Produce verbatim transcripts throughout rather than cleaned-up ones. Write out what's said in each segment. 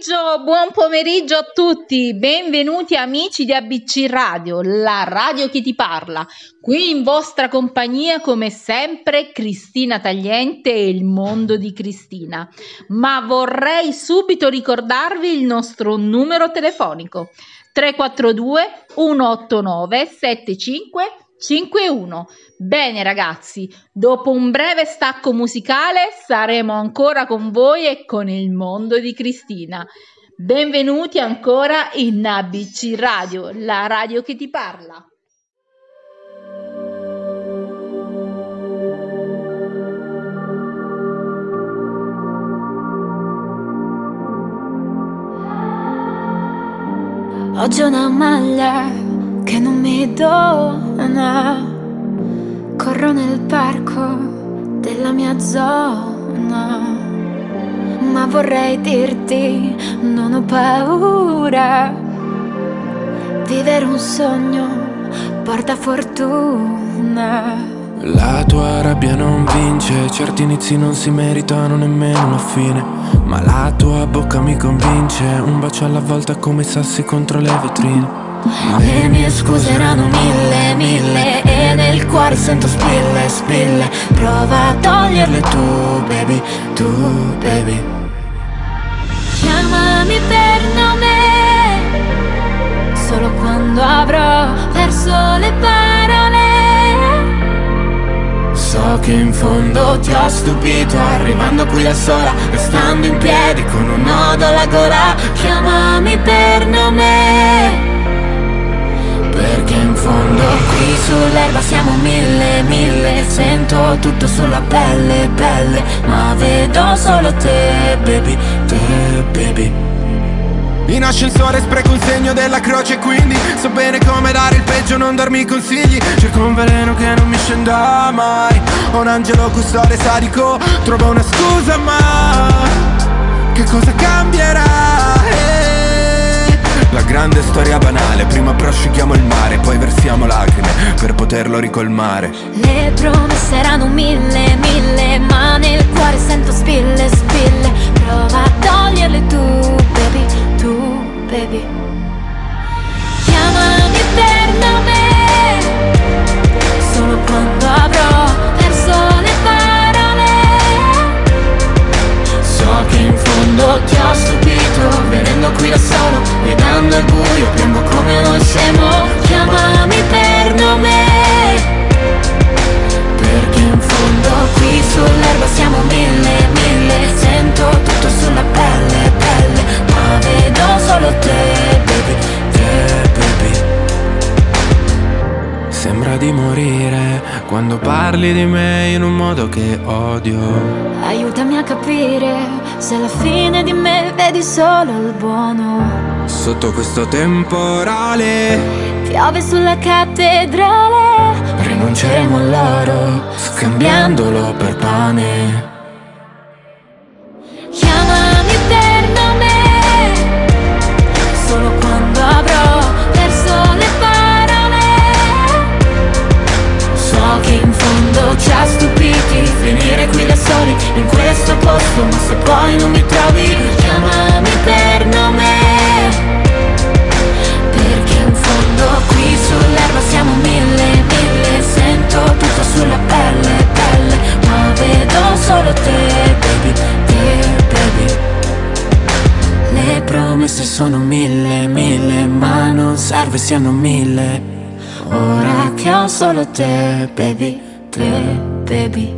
pomeriggio, buon pomeriggio a tutti, benvenuti amici di A B C Radio, la radio che ti parla. Qui in vostra compagnia come sempre Cristina Tagliente e il mondo di Cristina. Ma vorrei subito ricordarvi il nostro numero telefonico tre quattro due uno otto nove sette cinque cinque uno. Bene ragazzi, dopo un breve stacco musicale saremo ancora con voi e con il mondo di Cristina. Benvenuti ancora in A B C Radio, la radio che ti parla. Oggi ho una maglia che non mi dona. Corro nel parco della mia zona, ma vorrei dirti non ho paura. Vivere un sogno porta fortuna. La tua rabbia non vince, certi inizi non si meritano nemmeno una fine. Ma la tua bocca mi convince, un bacio alla volta come i sassi contro le vetrine. Le mie scuse erano mille, mille, e nel cuore sento spille, spille. Prova a toglierle tu, baby, tu, baby. Chiamami per nome, solo quando avrò perso le parole. So che in fondo ti ho stupito, arrivando qui da sola, restando in piedi con un nodo alla gola. Chiamami per nome, perché in fondo qui sull'erba siamo mille, mille. Sento tutto sulla pelle, pelle, ma vedo solo te, baby, te, baby. In ascensore spreco un segno della croce, quindi so bene come dare il peggio, non darmi consigli. Cerco un veleno che non mi scenda mai. Ho un angelo custode sadico, trovo una scusa, ma che cosa cambierà? Eh, la grande storia banale, prima prosciughiamo il mare, poi versiamo lacrime per poterlo ricolmare. Le promesse erano mille, mille, ma nel cuore sento spille, spille. Prova a toglierle tu, baby, tu, baby. Chiamami per nome, solo quando avrò perso le parole. So che in fondo Ti ho stupito, venendo qui da solo, guidando il buio, piango come uno scemo. Chiamami per nome, perché in fondo qui sull'erba siamo mille, mille. Sento tutto sulla pelle, pelle, ma vedo solo te, baby, te, baby. Sembra di morire quando parli di me in un modo che odio. Aiutami a capire se alla fine di me vedi solo il buono. Sotto questo temporale Piove sulla cattedrale, rinunceremo all'oro scambiandolo per pane. Chiamami per nome, solo quando avrò perso le parole. So Che in fondo ci ha stupiti finire qui da soli in questo posto, ma se poi non mi trovi, chiamami per nome, perché in fondo qui sull'erba siamo mille, mille. Sento tutto sulla pelle, pelle, ma vedo solo te, baby, te, baby. le promesse sono mille, mille, ma non serve siano mille. Ora che ho solo te, baby, te, baby.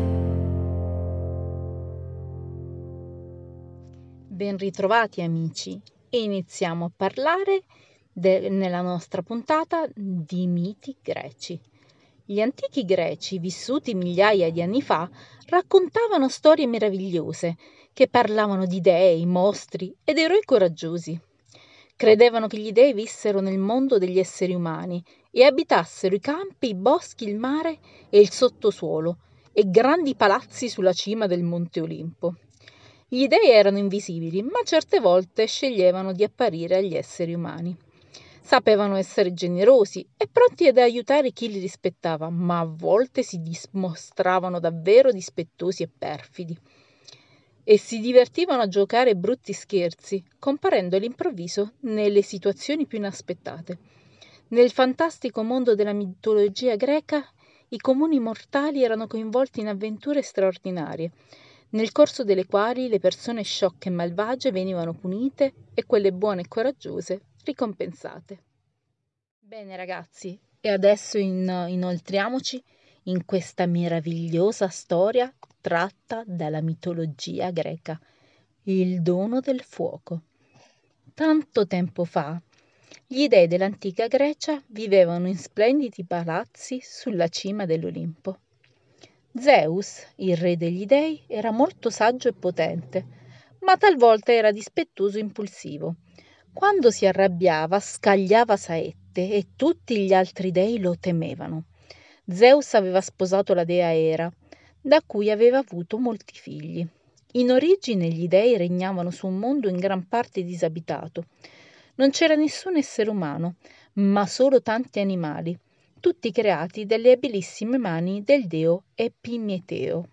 Ben ritrovati amici e iniziamo a parlare de- nella nostra puntata di miti greci. Gli antichi greci, vissuti migliaia di anni fa, raccontavano storie meravigliose che parlavano di dei, mostri ed eroi coraggiosi. Credevano che gli dei vissero nel mondo degli esseri umani e abitassero i campi, i boschi, il mare e il sottosuolo e grandi palazzi sulla cima del Monte Olimpo. Gli dei erano invisibili, ma certe volte sceglievano di apparire agli esseri umani. Sapevano essere generosi e pronti ad aiutare chi li rispettava, ma a volte si dimostravano davvero dispettosi e perfidi. e si divertivano a giocare brutti scherzi, comparendo all'improvviso nelle situazioni più inaspettate. Nel fantastico mondo della mitologia greca, i comuni mortali erano coinvolti in avventure straordinarie, nel corso delle quali le persone sciocche e malvagie venivano punite e quelle buone e coraggiose ricompensate. Bene ragazzi, e adesso in- inoltriamoci in questa meravigliosa storia tratta dalla mitologia greca, il dono del fuoco. Tanto tempo fa, gli dei dell'antica Grecia vivevano in splendidi palazzi sulla cima dell'Olimpo. Zeus, il re degli dei, era molto saggio e potente, ma talvolta era dispettoso e impulsivo. Quando si arrabbiava, scagliava saette e tutti gli altri dei lo temevano. Zeus aveva sposato la dea Era, da cui aveva avuto molti figli. In origine gli dei regnavano su un mondo in gran parte disabitato. Non c'era nessun essere umano, ma solo tanti animali, tutti creati dalle abilissime mani del dio Epimeteo.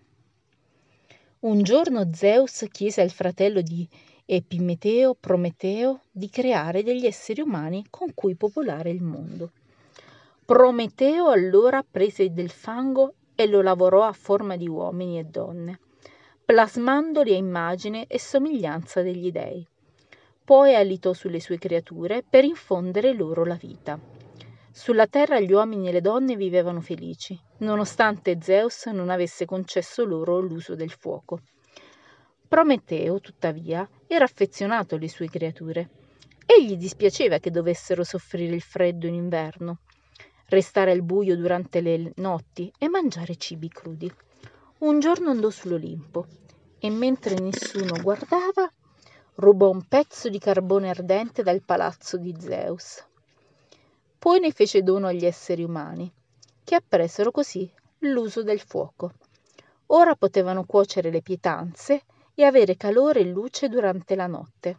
Un giorno Zeus chiese al fratello di Epimeteo, Prometeo, di creare degli esseri umani con cui popolare il mondo. Prometeo allora prese del fango e lo lavorò a forma di uomini e donne, plasmandoli a immagine e somiglianza degli dei. Poi alitò sulle sue creature per infondere loro la vita. Sulla terra gli uomini e le donne vivevano felici, nonostante Zeus non avesse concesso loro l'uso del fuoco. Prometeo, tuttavia, era affezionato alle sue creature e gli dispiaceva che dovessero soffrire il freddo in inverno, restare al buio durante le notti e mangiare cibi crudi. Un giorno andò sull'Olimpo e mentre nessuno guardava, rubò un pezzo di carbone ardente dal palazzo di Zeus. Poi ne fece dono agli esseri umani, che appresero così l'uso del fuoco. Ora potevano cuocere le pietanze e avere calore e luce durante la notte.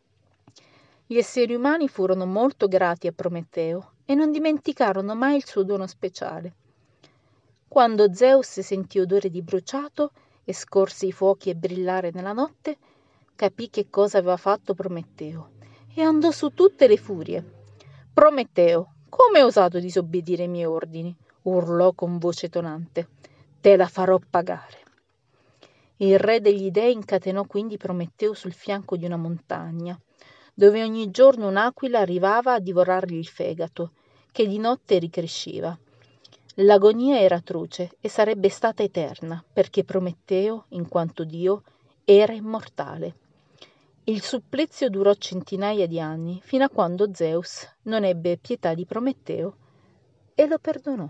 Gli esseri umani furono molto grati a Prometeo e non dimenticarono mai il suo dono speciale. Quando Zeus sentì odore di bruciato e scorse i fuochi e brillare nella notte, capì che cosa aveva fatto Prometeo e andò su tutte le furie. «Prometeo, come hai osato disobbedire ai miei ordini?» urlò con voce tonante. «Te la farò pagare!» Il re degli dei incatenò quindi Prometeo sul fianco di una montagna, dove ogni giorno un'aquila arrivava a divorargli il fegato, che di notte ricresceva. L'agonia era atroce e sarebbe stata eterna, perché Prometeo, in quanto Dio, era immortale. Il supplizio durò centinaia di anni, fino a quando Zeus non ebbe pietà di Prometeo e lo perdonò.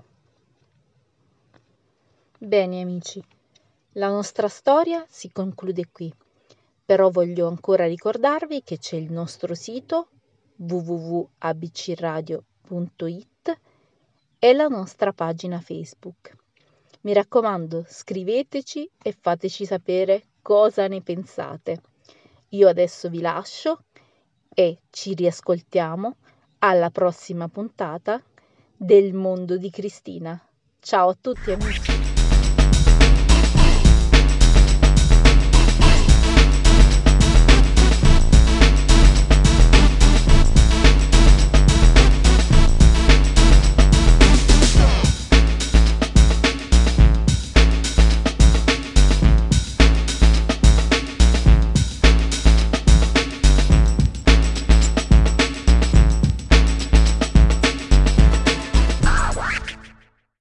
Bene amici, la nostra storia si conclude qui, però voglio ancora ricordarvi che c'è il nostro sito w w w punto a b c radio punto i t e la nostra pagina Facebook. Mi raccomando, scriveteci e fateci sapere cosa ne pensate. Io adesso vi lascio e ci riascoltiamo alla prossima puntata del Mondo di Cristina. Ciao a tutti amici!